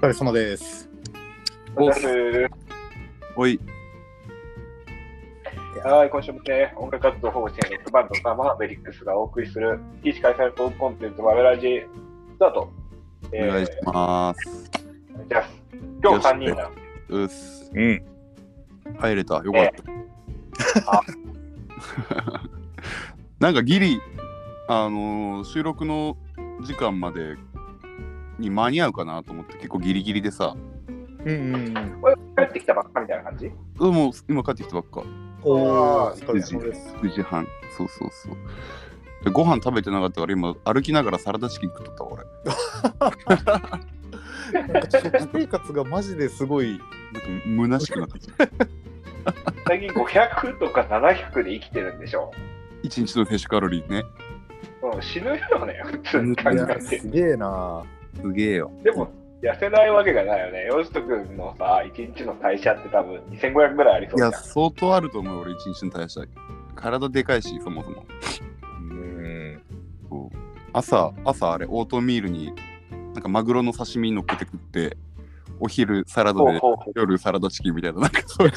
疲れ様です。 おい。 はい、今週もね、音楽活動保護支援ロックバンドサマーベリックスがお送りする非司会されたトークコンテンツマベラジスタート。 お願いします。 じゃあ今日3人だ。 うっす。入れた。よかった。なんかギリ、収録の時間までに間に合うかなと思って結構ギリギリでさ。 これ帰ってきたばっかみたいな感じ？ もう今帰ってきたばっか。 9時半。そうそうそう。でご飯食べてなかったから今歩きながらサラダチキン食っとった俺。 なんか食生活がマジですごいなんか虚しくなってきた。 最近500とか700で生きてるんでしょ。 1日の摂取カロリーね。 死ぬよね普通に考えて。 すげえな。 すげえよ。 でも痩せないわけがないよね。ヨシト君のさ、1日の代謝って多分2500ぐらいありそうじゃん。 いや、相当あると思う俺、1日の代謝。体でかいし、そもそも。朝あれ、オートミールに、なんかマグロの刺身乗っけて食って、お昼サラダで、夜サラダチキンみたいな、なんかそういう。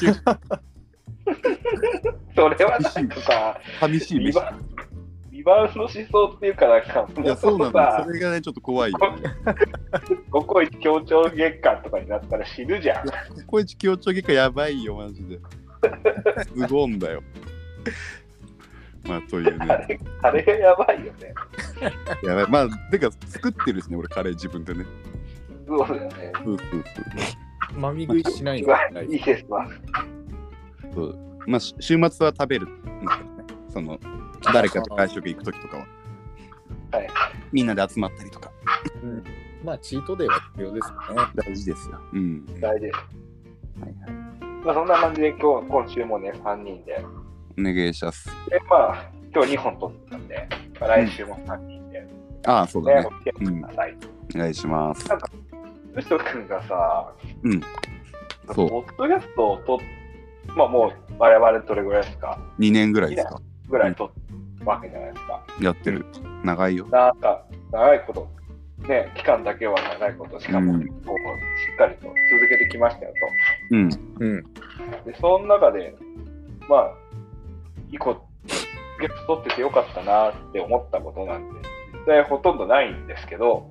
それはなんかさ、 寂しい飯。 リバウンドしそうっていうかなんか、 いや、そうなんだ。それがね、ちょっと怖いよ、ね。 ココイチ協調月間とかになったら死ぬじゃん。 ココイチ協調月間やばいよ、マジで。すごいんだよ。まあ、というね。 カレーやばいよね。 やばい。まあ、てか、作ってるしね、俺、カレー自分でね。 そうだよね。 そう。まみ食いしないの。 いいですわ。 そう。まあ、週末は食べるんだけどね。その、誰かと会食行くときとかは。 はい。 みんなで集まったりとか。 まあ、チートデーは必要ですよね。 大事ですよ。 大事です。 はいはい。 まあ、そんな感じで今週もね、3人で。 お願いします。 で、まあ、今日2本撮ってたんで、まあ、来週も3人で。 ああ、そうだね。 お付き合いください。 お願いします。 なんか、ヨシト君がさ、 そう。 ポッドキャストを撮っまあもう我々どれぐらいですか ?2 年ぐらいですかぐらい撮るわけじゃないですか。 やってる。長いよ。 なんか、長いこと、ね、期間だけは長いこと、しかも、こうしっかりと続けてきましたよと。で、その中で、まあ、一個、ゲット撮っててよかったなって思ったことなんて、実際ほとんどないんですけど、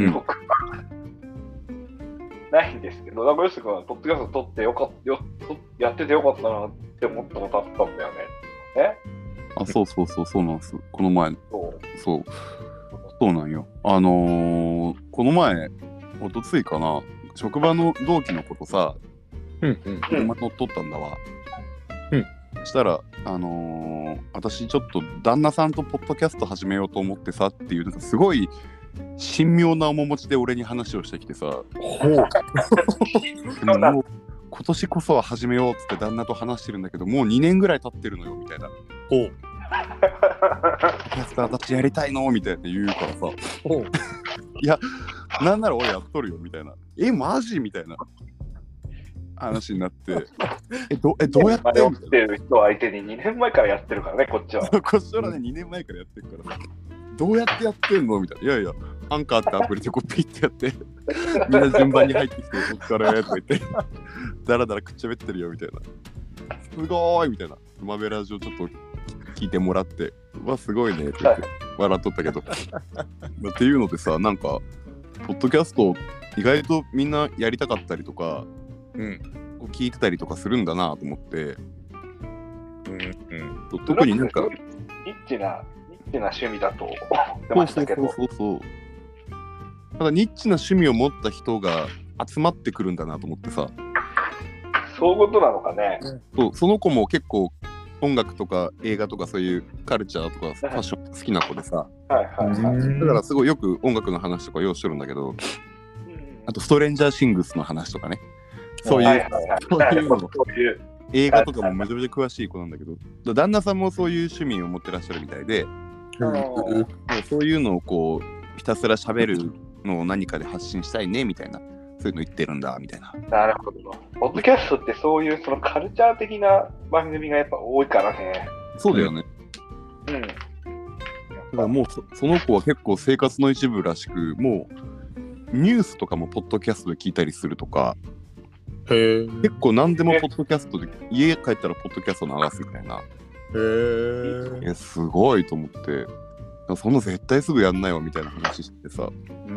ないんですけど、ヨシト君はポッドキャスト撮ってよかったよ、やっててよかったなって思ったことあったんだよね。 あ、そうなんです。この前、そうなんよ。この前、おとついかな、職場の同期の子とさ、車乗っとったんだわ。そしたら、私ちょっと旦那さんとポッドキャスト始めようと思ってさっていう、なんかすごい神妙な面持ちで俺に話をしてきてさ、もう今年こそは始めようっつって旦那と話してるんだけど、もう2年ぐらい経ってるのよみたいな。キャスター私やりたいのみたいな言うからさ、いや、なんなら俺やっとるよみたいな。マジみたいな話になって、どうやってやってる人相手に2年前からやってるからね、こっちは。 こっちはね、2年前からやってるからさ、どうやってやってんのみたいな。いや、アンカーってアプリでこうピッてやって、みんな順番に入ってきて、お疲れとか言って、だらだらくっちゃべってるよみたいな。すごーいみたいな。マベラジオちょっと聞いてもらって、すごいねって言って笑っとったけど。っていうのでさ、なんか、ポッドキャスト意外とみんなやりたかったりとか、聞いてたりとかするんだなと思って、特になんかニッチな趣味だと思ってましたけど、 そうただニッチな趣味を持った人が集まってくるんだなと思ってさ、 そういうことなのかね。 その子も結構音楽とか映画とかそういうカルチャーとかファッション好きな子でさ、だからすごいよく音楽の話とか用意してるんだけど、あとストレンジャーシングスの話とかね、そういう映画とかもめちゃめちゃ詳しい子なんだけど、旦那さんもそういう趣味を持ってらっしゃるみたいで、そういうのをこうひたすら喋るのを何かで発信したいねみたいな、そういうの言ってるんだみたいな。 なるほど。ポッドキャストってそういうそのカルチャー的な番組がやっぱ多いからね。 そうだよね。だからもうその子は結構生活の一部らしく、もうニュースとかもポッドキャストで聞いたりするとか、 へえ。 結構何でもポッドキャストで、家帰ったらポッドキャスト流すみたいな。 へえ。 すごいと思って、そんな絶対すぐやんないわみたいな話してさ。 うん。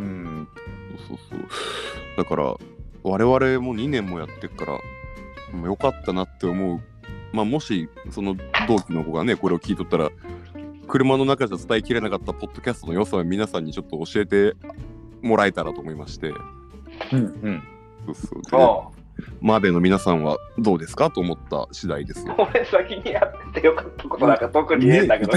そう。だから、我々も2年もやってっから、よかったなって思う。まあ、もし、その同期の子がね、これを聞いとったら、車の中じゃ伝えきれなかったポッドキャストの良さを皆さんにちょっと教えてもらえたらと思いまして。そう。マーベの皆さんはどうですかと思った次第ですよ。 俺先にやっててよかったことなんか特に言えんだけど。い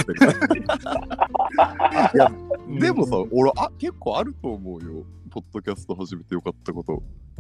やでもさ、俺結構あると思うよ。ポッドキャスト始めてよかったこと。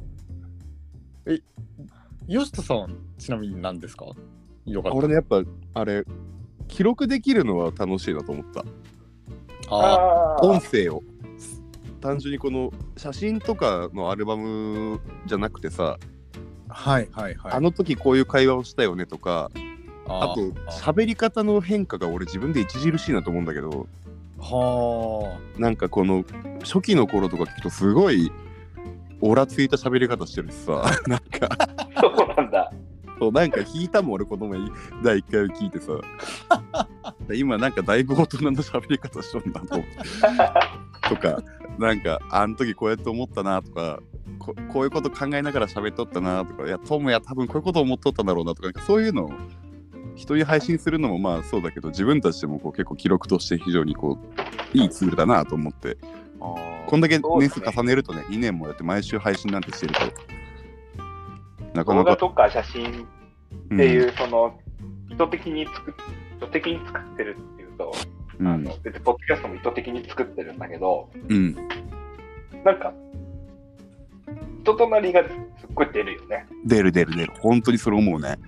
吉田さんちなみに何ですか？よかった。 俺ね、やっぱあれ記録できるのは楽しいなと思った。音声を単純にこの写真とかのアルバムじゃなくてさ、あの時こういう会話をしたよねとか、あと喋り方の変化が俺自分で著しいなと思うんだけど、なんかこの初期の頃とか聞くとすごいオラついた喋り方してるしさ、なんかそうなんだ。 そう、なんか弾いたもん俺この前第1回を聞いてさ今なんかだいぶ大人の喋り方しとんだと思ってとか、なんかあの時こうやって思ったなとか、こういうこと考えながら喋っとったなとか、いやトムや多分こういうこと思っとったんだろうなとか、なんかそういうのを人に配信するのもまあそうだけど、自分たちでもこう結構記録として非常にこういいツールだなと思って、こんだけ年数重ねるとね、2年もやって毎週配信なんてしてるとなかなか動画とか写真っていう、その意図的に作ってるっていうと、別にポッドキャストも意図的に作ってるんだけど、なんか人となりがすっごい出るよね。 出る本当にそれ思うね。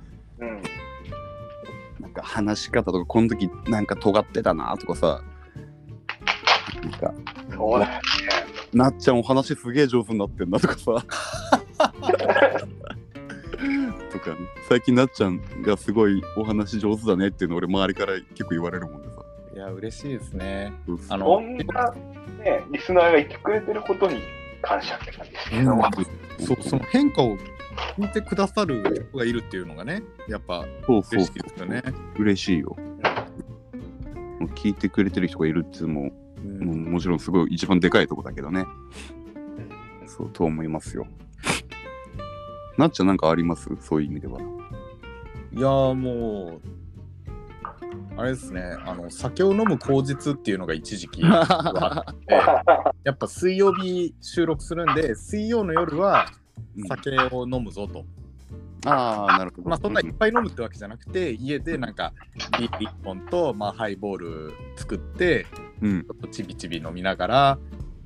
なんか話し方とかこの時なんか尖ってたなとかさ、なんかそうだよね。 なっちゃんお話すげえ上手になってんなとかさとかね、最近なっちゃんがすごいお話上手だねっていうの俺周りから結構言われるもんでさ。 いや嬉しいですね。 こんなねリスナーがいてくれてることに感謝って感じですけど、 その変化を聞いてくださる人がいるっていうのがね、やっぱ嬉しいですよね。 嬉しいよ。聞いてくれてる人がいるっていうのも、もちろんすごい一番でかいとこだけどね。そうと思いますよ。なっちゃんなんかあります？そういう意味では。 いやもうあれですね、酒を飲む口実っていうのが一時期あってやっぱ水曜日収録するんで、水曜の夜は酒を飲むぞと。 なるほど。 まあそんないっぱい飲むってわけじゃなくて、家でなんかビール1本と、ハイボール作って、ちょっとちびちび飲みながら、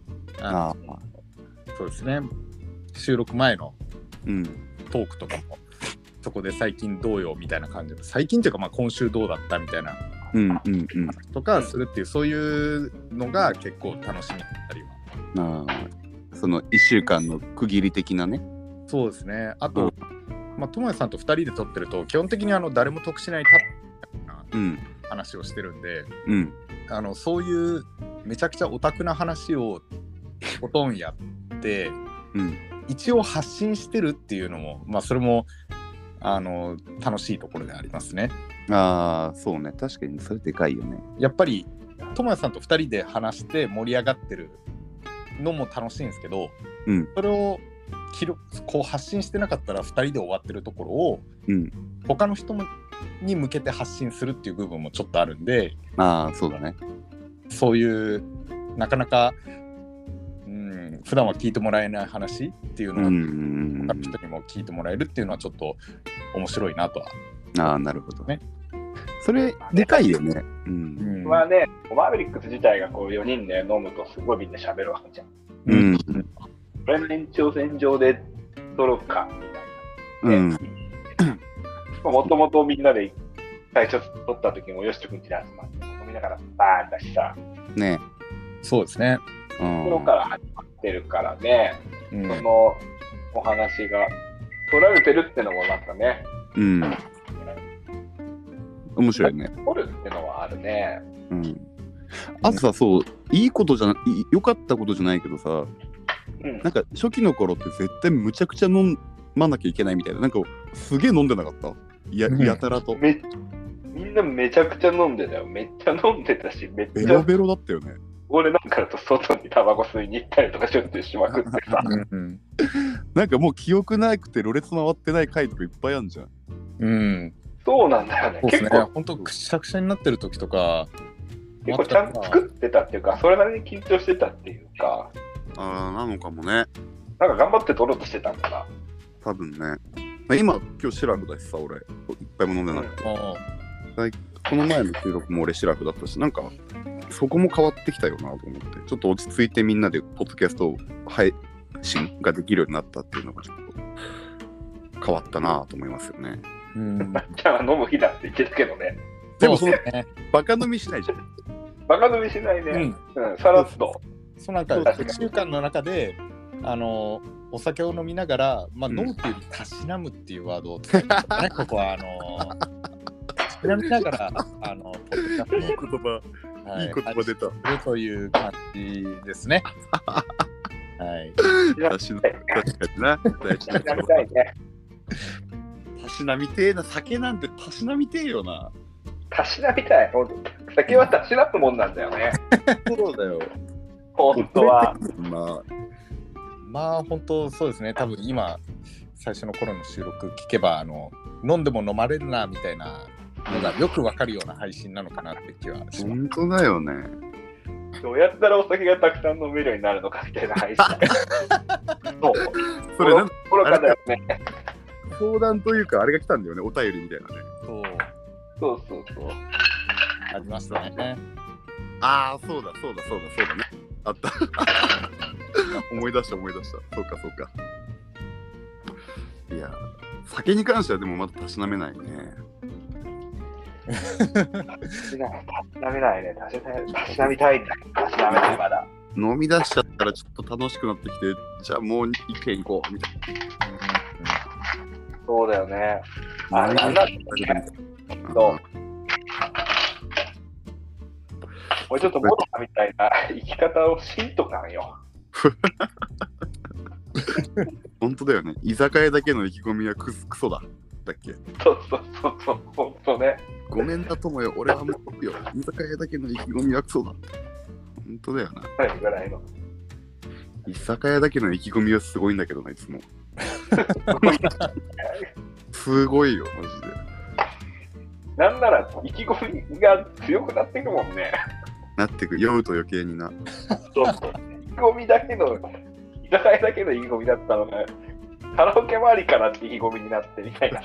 そうですね、収録前のトークとかも、そこで最近どうよみたいな感じで、最近っていうか今週どうだったみたいなとかするっていう、そういうのが結構楽しみだったりは。 その1週間の区切り的なね。 そうですね。あと、友也さんと2人で撮ってると基本的に誰も得しない話をしてるんで、そういうめちゃくちゃオタクな話をほとんどやって、一応発信してるっていうのも、それも楽しいところでありますね。 そうね、確かにそれでかいよね。 やっぱり友也さんと2人で話して盛り上がってるのも楽しいんですけど、それをこう発信してなかったら2人で終わってるところを、他の人に向けて発信するっていう部分もちょっとあるんで、 そうだね。 そういうなかなか、普段は聞いてもらえない話っていうのを他の人にも聞いてもらえるっていうのはちょっと面白いなとは。 なるほどね。それでかいよね。 まあね、マーベリックス自体がこう4人で飲むとすごいみんな喋るわけじゃん。これの延長線上で撮るかみたいな。もともとみんなで最初撮った時もよしとくんちで集まって飲みながらバーンだしさ。 ね。 そうですね。 そこから始まってるからね、そのお話が撮られてるってのもなんかね。 面白いね。 撮るってのはあるね。 あとさ、そう、いいことじゃ良かったことじゃないけどさ、 なんか初期の頃って絶対むちゃくちゃ飲まなきゃいけないみたいな、なんかすげえ飲んでなかった？やたらと。 みんなめちゃくちゃ飲んでたよ。めっちゃ飲んでたし、めっちゃ。 ベロベロだったよね。 俺なんかだと外にタバコ吸いに行ったりとかしょっちゅうしまくってさ。 なんかもう記憶なくてろれつ回ってない回とかいっぱいあるじゃん。 うん。そうなんだよね。 結構本当くしゃくしゃになってる時とか。 結構ちゃんと作ってたっていうか、それなりに緊張してたっていうか。 なのかもね。 なんか頑張って取ろうとしてたんかな。 多分ね。今日シラフだしさ、俺。いっぱいも飲んでなくて。この前の収録も俺シラフだったし、なんかそこも変わってきたよなと思って、ちょっと落ち着いてみんなでポッドキャスト配信ができるようになったっていうのがちょっと変わったなと思いますよね。 じゃあ飲む日だって言ってたけどね。 でもバカ飲みしないじゃん。 バカ飲みしないね。さらっと。 そうなんか1週間の中でお酒を飲みながら、飲むっていうよりたしなむっていうワードを使ってね、ここはたしなみながらポッドキャストのいい言葉出た。 という感じですね。はい。 たしなみな。たしなみたいね。たしなみてえな、酒なんてたしなみてえよな。 たしなみたい。酒はたしなむもんなんだよね。 そうだよ。 本当は。 まあ本当そうですね。多分今最初の頃の収録聞けば飲んでも飲まれるなみたいなのがよくわかるような配信なのかなって気はします。 本当だよね。 どうやったらお酒がたくさん飲めるようになるのかみたいな配信。そう。 それなんかだよね。 相談というかあれが来たんだよね。お便りみたいなね。 そう。 ありましたね。 ああ、そうだね。あった。思い出した。そうか。いや、酒に関してはでもまだたしなめないね。 たしなめないね。たしなみたいんだけど、たしなめないまだ。 飲み出しちゃったらちょっと楽しくなってきて、じゃあもう一軒行こうみたいな。 そうだよね。もうちょっとモロみたいな生き方をしんとかんよ。 本当だよね。居酒屋だけの意気込みはクソだっけ。 そう本当ね。 ごめんだともよ、俺はもうよ。居酒屋だけの意気込みはクソだ。本当だよな。 はい、ぐらいの。 居酒屋だけの意気込みはすごいんだけどな、いつも。すごいよ、マジで。 なんなら意気込みが強くなっていくもんね。 なってく、酔うと余計にな。 そう。意気込みだけの、居酒屋だけの意気込みだったのが、カラオケ周りからって意気込みになってみたいな。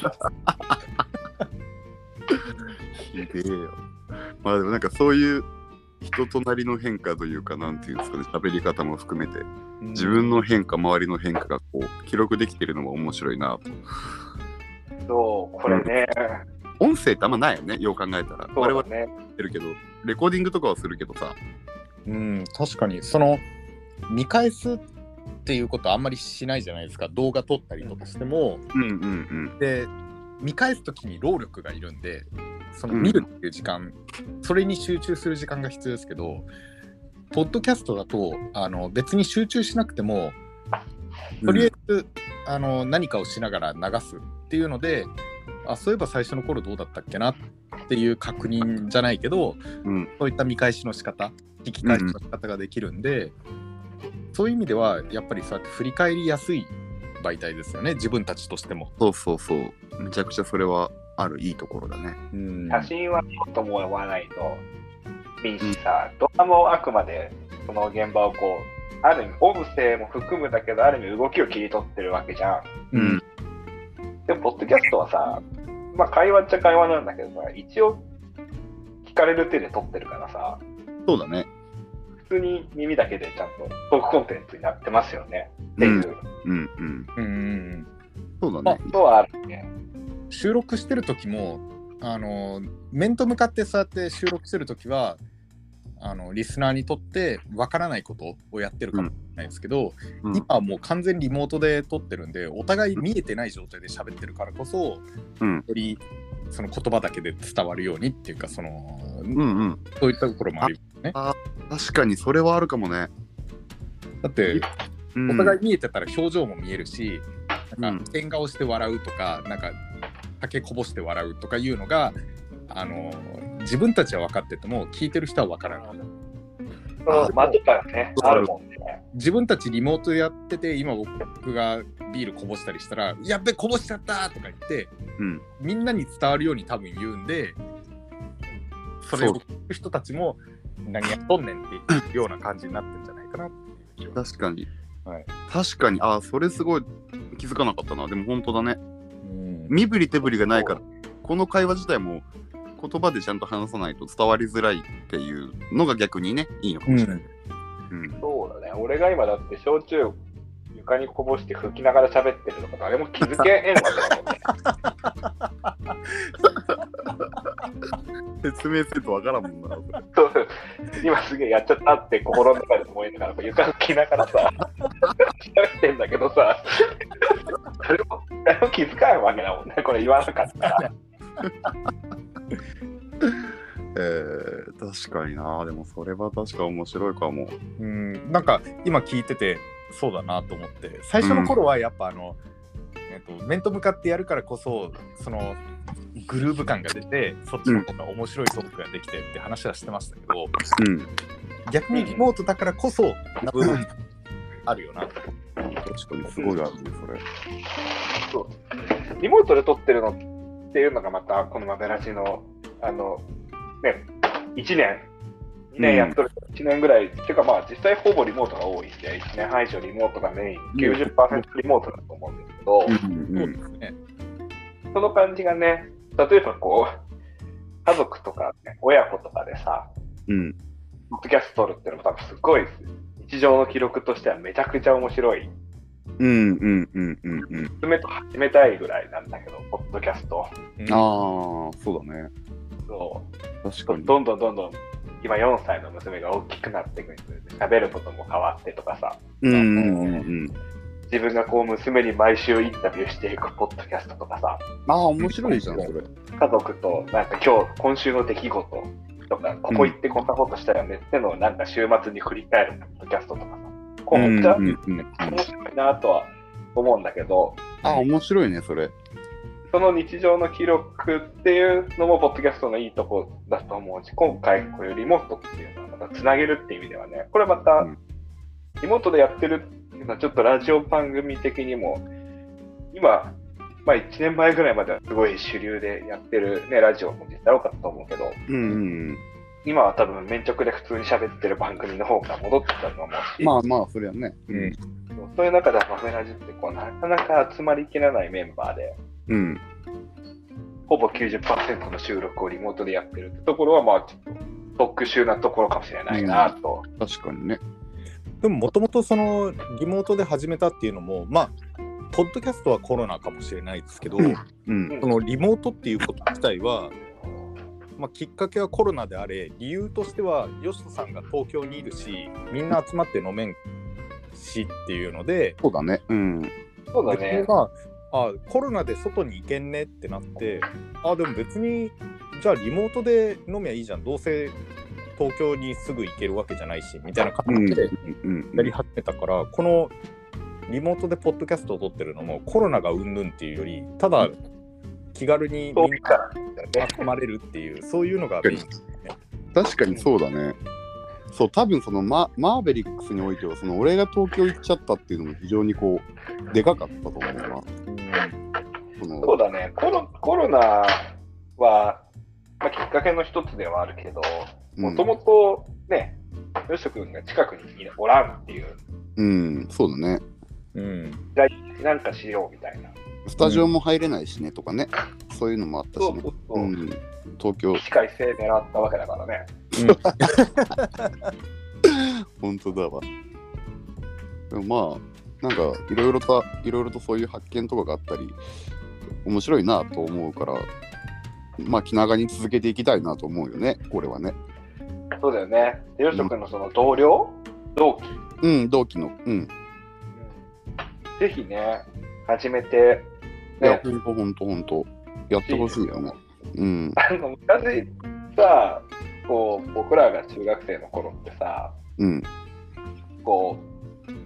ひでえよ。まあでもなんかそういう人となりの変化というか、なんていうんですかね、喋り方も含めて、自分の変化、周りの変化がこう記録できてるのも面白いなと。 そう、これね。 音声ってあんまないよね、よう考えたら。 我々ね。 ってるけど、レコーディングとかはするけどさ。 確かに、見返すっていうことあんまりしないじゃないですか。動画撮ったりとかしても。で、見返すときに労力がいるんで、見るっていう時間、それに集中する時間が必要ですけど、ポッドキャストだと別に集中しなくても、とりあえず、何かをしながら流すっていうので、そういえば最初の頃どうだったっけなっていう確認じゃないけど、そういった見返しの仕方、聞き返しの仕方ができるんで、そういう意味ではやっぱりそうやって振り返りやすい媒体ですよね、自分たちとしても。 そう。めちゃくちゃそれはあるいいところだね。 写真はちょっともうわないといいしさ、動画もあくまでその現場をこう、ある意味音声も含むだけど、ある意味動きを切り取ってるわけじゃん。でもポッドキャストはさ、会話っちゃ会話なんだけどさ、一応聞かれる手で撮ってるからさ。 そうだね。 普通に耳だけでちゃんとトークコンテンツになってますよね。っていう。 そうだね。 そうはあるね。 収録してる時も面と向かってそうやって収録してる時はリスナーにとってわからないことをやってるかもしれないですけど、今はもう完全リモートで撮ってるんで、お互い見えてない状態で喋ってるからこそ、よりその言葉だけで伝わるようにっていうか、そういったところもありますね。 確かにそれはあるかもね。 だってお互い見えてたら表情も見えるし、なんか変顔して笑うとか、なんか酒こぼして笑うとかいうのが自分たちは分かってても聞いてる人は分からない。 間とかね、あるもんね。 自分たちリモートやってて、今僕がビールこぼしたりしたら、やっべこぼしちゃったとか言って、みんなに伝わるように多分言うんで、それを聞く人たちも何やっとんねんっていうような感じになってるんじゃないかなっていう。 確かに、 はい、 確かに。それすごい気づかなかったな。でも本当だね。身振り手振りがないから、この会話自体も言葉でちゃんと話さないと伝わりづらいっていうのが逆にね、いいのかもしれない。 そうだね。俺が今だって焼酎床にこぼして吹きながら喋ってるとか誰も気づけへんわけだもんね。 説明するとわからんもんな。 今すげえやっちゃったって心の中で思いながら床吹きながらさ喋ってんだけどさ、誰も気づかんわけだもんね。これ言わなかったら。 確かにな。でもそれは確か面白いかも。 なんか今聞いててそうだなと思って、最初の頃はやっぱ面と向かってやるからこそそのグルーヴ感が出て、そっちの方が面白いトークができてって話はしてましたけど、逆にリモートだからこそな部分あるよな。 確かにすごいあるね、それ。 そう。リモートで撮ってるのっていうのがまたこのマベラジのね、1年、2年やっとる1年ぐらい、っていうかまあ実際ほぼリモートが多いんで、1年半以上リモートがメイン、90% リモートだと思うんですけど、そうですね。その感じがね、例えばこう、家族とか、ね、親子とかでさ、ポッドキャスト撮るっていうのも多分すごい日常の記録としてはめちゃくちゃ面白い。娘と始めたいぐらいなんだけど、ポッドキャスト。 そうだね。 そう。 確かに。 どんどん今4歳の娘が大きくなっていくにつれて喋ることも変わってとかさ。自分がこう娘に毎週インタビューしていくポッドキャストとかさ。 面白いじゃん、それ。 家族となんか今週の出来事とか、ここ行ってこんなことしたよねってのをなんか週末に振り返るポッドキャストとかさ。こうめっちゃ面白いなとは思うんだけど。 面白いね、それ。 その日常の記録っていうのもポッドキャストのいいとこだと思うし、今回こういうリモートっていうのはまたつなげるっていう意味ではね、これまたリモートでやってるっていうのはちょっとラジオ番組的にも今、1年前ぐらいまではすごい主流でやってる、ね、ラジオも実際多かったと思うけど、今は多分面直で普通に喋ってる番組の方が戻ってきたと思うし、 それはね、 そういう中でマメラジってこうなかなか集まりきらないメンバーで、ほぼ 90% の収録をリモートでやってるってところはちょっと特殊なところかもしれないなと。 確かにね。 でももともとそのリモートで始めたっていうのもポッドキャストはコロナかもしれないですけど、そのリモートっていうこと自体は、きっかけはコロナであれ、理由としてはヨシトさんが東京にいるし、みんな集まって飲めんしっていうので、 そうだね。 そうだね。 コロナで外に行けんねってなって、でも別にじゃあリモートで飲みゃいいじゃん、どうせ東京にすぐ行けるわけじゃないしみたいな感じでやり始めたから、このリモートでポッドキャストを撮ってるのもコロナがうんぬんっていうより、ただ気軽にみんな集まれるっていう、そういうのがメインですね。 確かにそうだね。そう、多分そのマーベリックスにおいては、その俺が東京行っちゃったっていうのも非常にこうでかかったと思うな。 そうだね。コロナは、きっかけの一つではあるけど、もともとね、ヨシト君が近くにおらんっていう。 そうだね。 なんかしようみたいな。 スタジオも入れないしねとかね、そういうのもあったしね。東京。 機械性狙ったわけだからね。 本当だわ。でもなんかいろいろとそういう発見とかがあったり面白いなと思うから、気長に続けていきたいなと思うよね、これはね。 そうだよね。ヨシト君のその同期のぜひね、始めて、 いや、ほんとやってほしいよね。 昔さ、こう僕らが中学生の頃ってさ、こう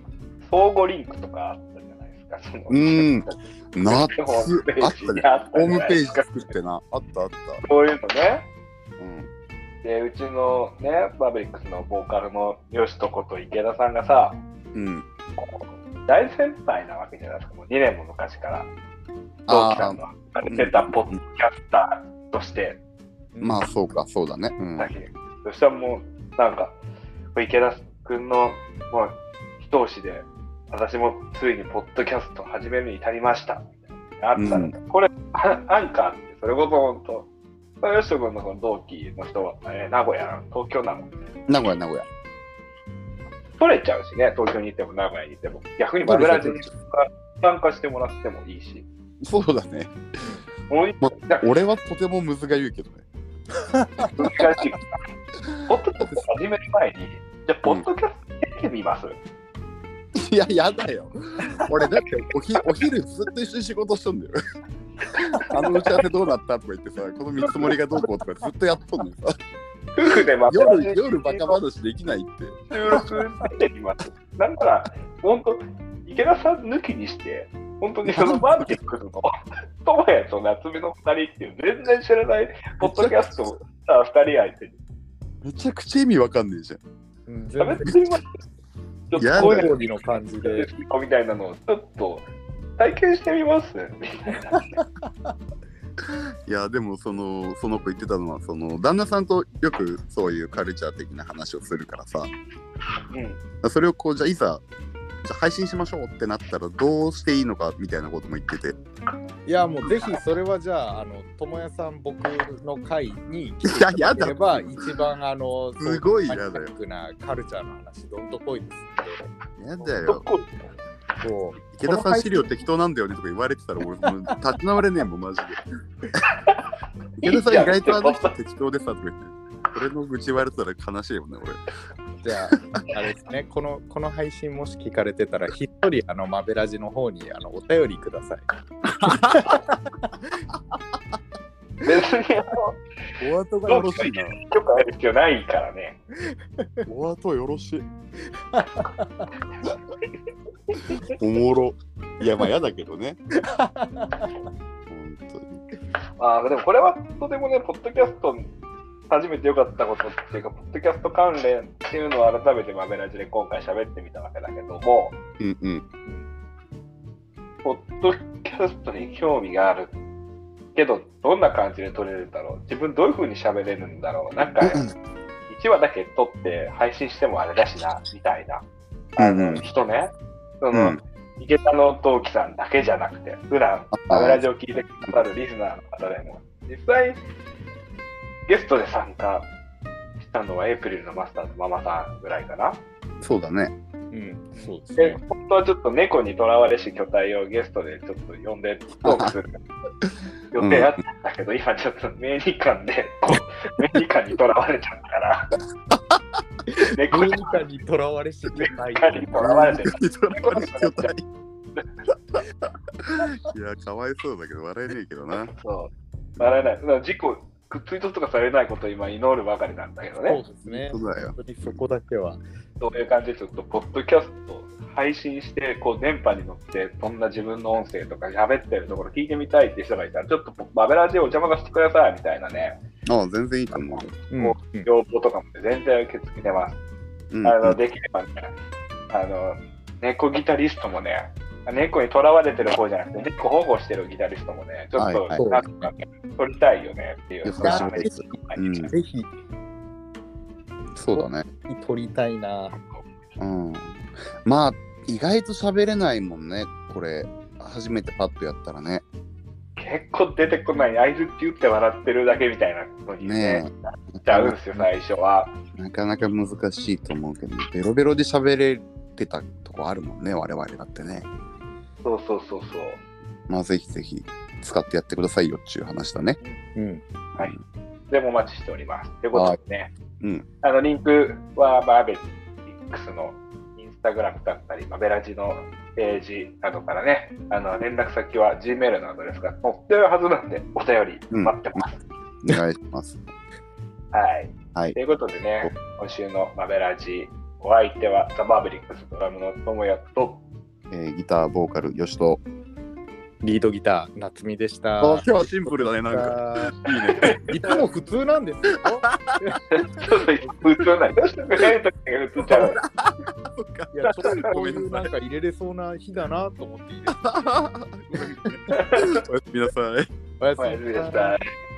相互リンクとかあったじゃないですか。 夏あったね。ホームページ作ってな。あった。 そういうのね。で、うちのね、マーベリックスのボーカルのよしとこと池田さんがさ、大先輩なわけじゃないですか。もう2年も昔から同期さんの出たポッドキャスターとして。 まあそうか、そうだね。 そしたらもうなんか池田君のもう一押しで、私もついにポッドキャストを始めるに至りましたみたいなあったら、これアンカーってそれこそ本当。よしと君のこの同期の人は、名古屋、東京なの。 名古屋。 取れちゃうしね、東京にいても名古屋にいても。逆にマブラジに参加してもらってもいいし。 そうだね。俺はとてもむずがゆいけどね。 難しい。ポッドキャスト始める前に、じゃあ、ポッドキャストやってみます？ いや、やだよ。俺だってお昼ずっと一緒に仕事しとんだよ。打ち合わせどうなったとか言ってさ、この見積もりがどうこうとかずっとやっとんのにさ。 夫婦で夜バカ話できないって。 収録してみます。だから、本当、池田さん抜きにして、本当にそのマーケックスの友也と夏目の2人っていう全然知らないポッドキャストを2人相手に。 めちゃくちゃ意味わかんねえじゃん。 喋ってみます。ちょっと声の感じで。 みたいなのをちょっと体験してみますみたいな。 いやでもその子言ってたのは旦那さんとよくそういうカルチャー的な話をするからさ、それをこうじゃあいざ配信しましょうってなったらどうしていいのかみたいなことも言ってて、 いやもうぜひそれはじゃあ友也さん僕の会に来ていただければ一番すごい嫌だよなカルチャーの話どんとこいですんで。やだよ。池田さん資料適当なんだよねとか言われてたら俺もう立ち直れねえもんマジで。池田さん意外とあの人適当でさとか言って俺の愚痴言われたら悲しいもんね俺。 じゃああれですねこの配信もし聞かれてたらひっそりマベラジの方にお便りください。 別にお後がよろしいな。 許可ある必要ないからね。 お後よろしい。おもろ。いやまあ嫌だけどね。本当に。 でもこれはとてもねポッドキャスト初めて良かったことっていうかポッドキャスト関連っていうのを改めてマベラジで今回喋ってみたわけだけども、ポッドキャストに興味があるけどどんな感じで撮れるんだろう、自分どういう風に喋れるんだろう、なんか1話だけ撮って配信してもあれだしなみたいな人ね、池田の同期さんだけじゃなくて普段マベラジを聞いてくださるリスナーの方でも実際ゲストで参加したのはエイプリルのマスターとママさんぐらいかな。 そうだね。 そうですね。 本当はちょっと猫にとらわれし巨体をゲストでちょっと呼んでトークする予定あったんだけど、今ちょっと名義感で名義感にとらわれちゃったから。 猫にとらわれし巨体。 猫にとらわれてる。 いやかわいそうだけど笑えねえけどな。 そう笑えない。だから事故ツイートとかされないことを今祈るばかりなんだけどね。 そうですね。 そうだよ。 本当にそこだけは。 そういう感じでちょっとポッドキャスト配信してこう電波に乗ってそんな自分の音声とか喋ってるところ聞いてみたいって人がいたらちょっとマベラジでお邪魔させてくださいみたいなね。 全然いいと思う。 要望とかも全然受け付けてます。できればね猫ギタリストもね。猫にとらわれてる方じゃなくて猫保護してるギタリストもねちょっとなんか撮りたいよねっていう。 ぜひそうだね。 撮りたいな。 まあ意外と喋れないもんねこれ初めてパッとやったらね。 結構出てこない合図って言って笑ってるだけみたいなのにねなっちゃうんですよ最初は。 なかなか難しいと思うけどベロベロで喋れてたとこあるもんね我々だってね。 そう。 まあぜひぜひ使ってやってくださいよっていう話だね。 はい。でもお待ちしております。ということでね、リンクはマーベリックスのインスタグラムだったり、マベラジのページなどからね、連絡先は Gmail のアドレスが載ってるはずなんで、お便り待ってます。 お願いします。 はい。ということでね、今週のマベラジ、 お相手はザ・マーベリックスドラムの友也と、 ギターボーカル吉とリードギター夏美でした。 今日はシンプルだね、なんかいいね。 いつも普通なんですよ。 普通ない。どうしてもやるときが普通ちゃう。 いや、ちょっとこういうなんか入れれそうな日だなと思っていいですか。 おやすみなさい。 おやすみなさい。